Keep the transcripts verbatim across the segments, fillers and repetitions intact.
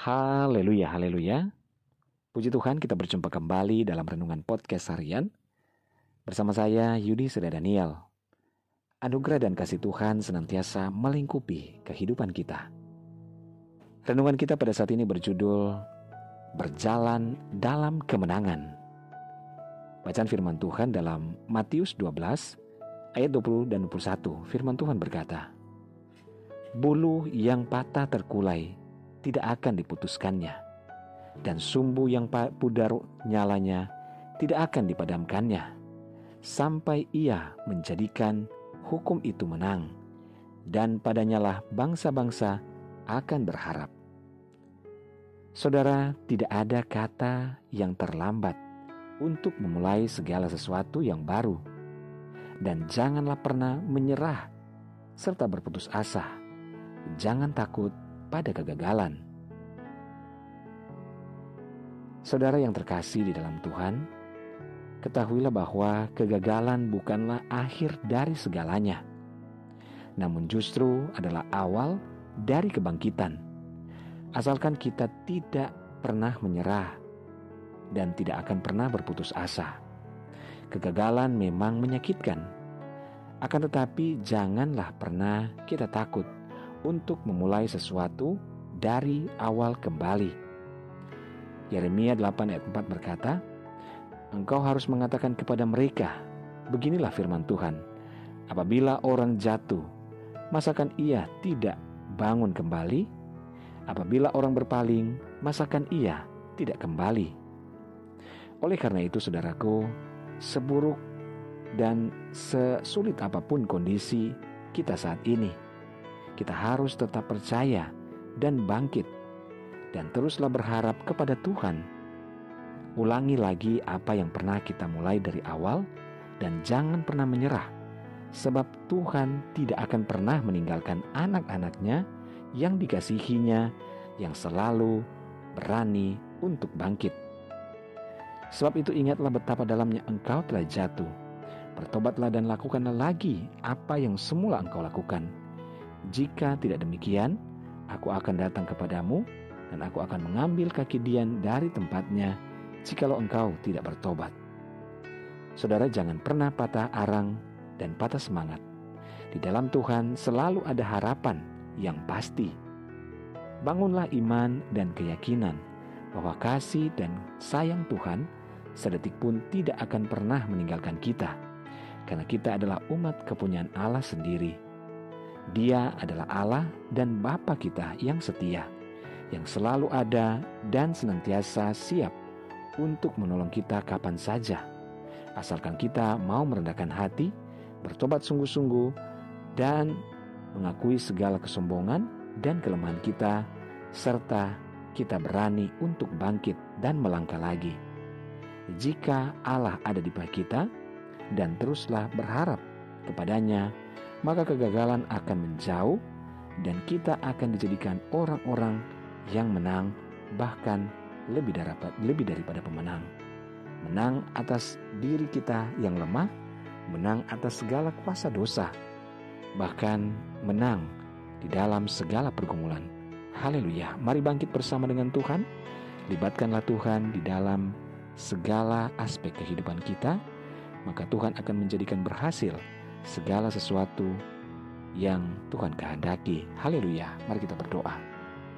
Haleluya, haleluya. Puji Tuhan, kita berjumpa kembali dalam Renungan Podcast Harian bersama saya Yudi Seda Daniel. Anugerah dan kasih Tuhan senantiasa melingkupi kehidupan kita. Renungan kita pada saat ini berjudul Berjalan dalam Kemenangan. Bacaan firman Tuhan dalam Matius dua belas ayat dua puluh dan dua puluh satu. Firman Tuhan berkata, "Bulu yang patah terkulai tidak akan diputuskannya, dan sumbu yang pudar nyalanya tidak akan dipadamkannya, sampai ia menjadikan hukum itu menang, dan padanyalah bangsa-bangsa akan berharap." Saudara, tidak ada kata yang terlambat untuk memulai segala sesuatu yang baru, dan janganlah pernah menyerah serta berputus asa. Jangan takut pada kegagalan. Saudara yang terkasih di dalam Tuhan, ketahuilah bahwa kegagalan bukanlah akhir dari segalanya, namun justru adalah awal dari kebangkitan. Asalkan kita tidak pernah menyerah dan tidak akan pernah berputus asa. Kegagalan memang menyakitkan, akan tetapi janganlah pernah kita takut untuk memulai sesuatu dari awal kembali. Yeremia delapan ayat empat berkata, "Engkau harus mengatakan kepada mereka, beginilah firman Tuhan, apabila orang jatuh, masakan ia tidak bangun kembali? Apabila orang berpaling, masakan ia tidak kembali?" Oleh karena itu, saudaraku, seburuk dan sesulit apapun kondisi kita saat ini, kita harus tetap percaya dan bangkit, dan teruslah berharap kepada Tuhan. Ulangi lagi apa yang pernah kita mulai dari awal, dan jangan pernah menyerah, sebab Tuhan tidak akan pernah meninggalkan anak-anaknya yang dikasihinya, yang selalu berani untuk bangkit. Sebab itu ingatlah betapa dalamnya engkau telah jatuh. Bertobatlah dan lakukanlah lagi apa yang semula engkau lakukan. Jika tidak demikian, aku akan datang kepadamu, dan aku akan mengambil kaki Dian dari tempatnya, jikalau engkau tidak bertobat. Saudara, jangan pernah patah arang dan patah semangat. Di dalam Tuhan selalu ada harapan yang pasti. Bangunlah iman dan keyakinan bahwa kasih dan sayang Tuhan sedetik pun tidak akan pernah meninggalkan kita, karena kita adalah umat kepunyaan Allah sendiri. Dia adalah Allah dan Bapa kita yang setia, yang selalu ada dan senantiasa siap untuk menolong kita kapan saja, asalkan kita mau merendahkan hati, bertobat sungguh-sungguh, dan mengakui segala kesombongan dan kelemahan kita, serta kita berani untuk bangkit dan melangkah lagi. Jika Allah ada di pihak kita dan teruslah berharap kepadanya, maka kegagalan akan menjauh dan kita akan dijadikan orang-orang yang menang, bahkan lebih daripada, lebih daripada pemenang. Menang atas diri kita yang lemah, menang atas segala kuasa dosa, bahkan menang di dalam segala pergumulan. Haleluya. Mari bangkit bersama dengan Tuhan. Libatkanlah Tuhan di dalam segala aspek kehidupan kita, maka Tuhan akan menjadikan berhasil segala sesuatu yang Tuhan kehendaki. Haleluya. Mari kita berdoa.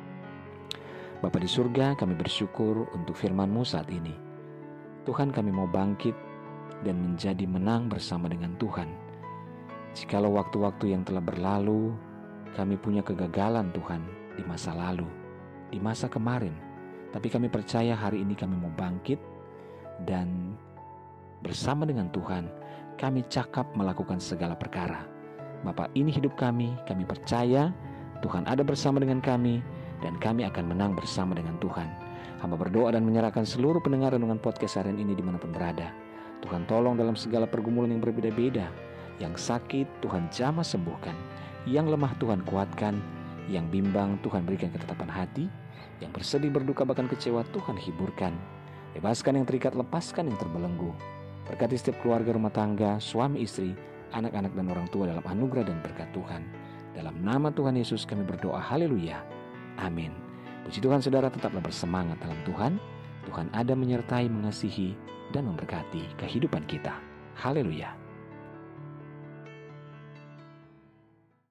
Bapa di surga, kami bersyukur untuk firman-Mu saat ini. Tuhan, kami mau bangkit dan menjadi menang bersama dengan Tuhan. Jikalau waktu-waktu yang telah berlalu, kami punya kegagalan Tuhan di masa lalu, di masa kemarin, tapi kami percaya hari ini kami mau bangkit dan bersama dengan Tuhan kami cakap melakukan segala perkara. Bapa, ini hidup kami, kami percaya Tuhan ada bersama dengan kami, dan kami akan menang bersama dengan Tuhan. Hamba berdoa dan menyerahkan seluruh pendengar renungan podcast harian ini dimanapun berada. Tuhan tolong dalam segala pergumulan yang berbeda-beda. Yang sakit Tuhan jamah sembuhkan, yang lemah Tuhan kuatkan, yang bimbang Tuhan berikan ketetapan hati, yang bersedih berduka bahkan kecewa Tuhan hiburkan. Bebaskan yang terikat, lepaskan yang terbelenggu. Berkati setiap keluarga rumah tangga, suami istri, anak-anak dan orang tua dalam anugerah dan berkat Tuhan. Dalam nama Tuhan Yesus kami berdoa, haleluya, amin. Puji Tuhan saudara, tetaplah bersemangat dalam Tuhan. Tuhan ada menyertai, mengasihi, dan memberkati kehidupan kita. Haleluya.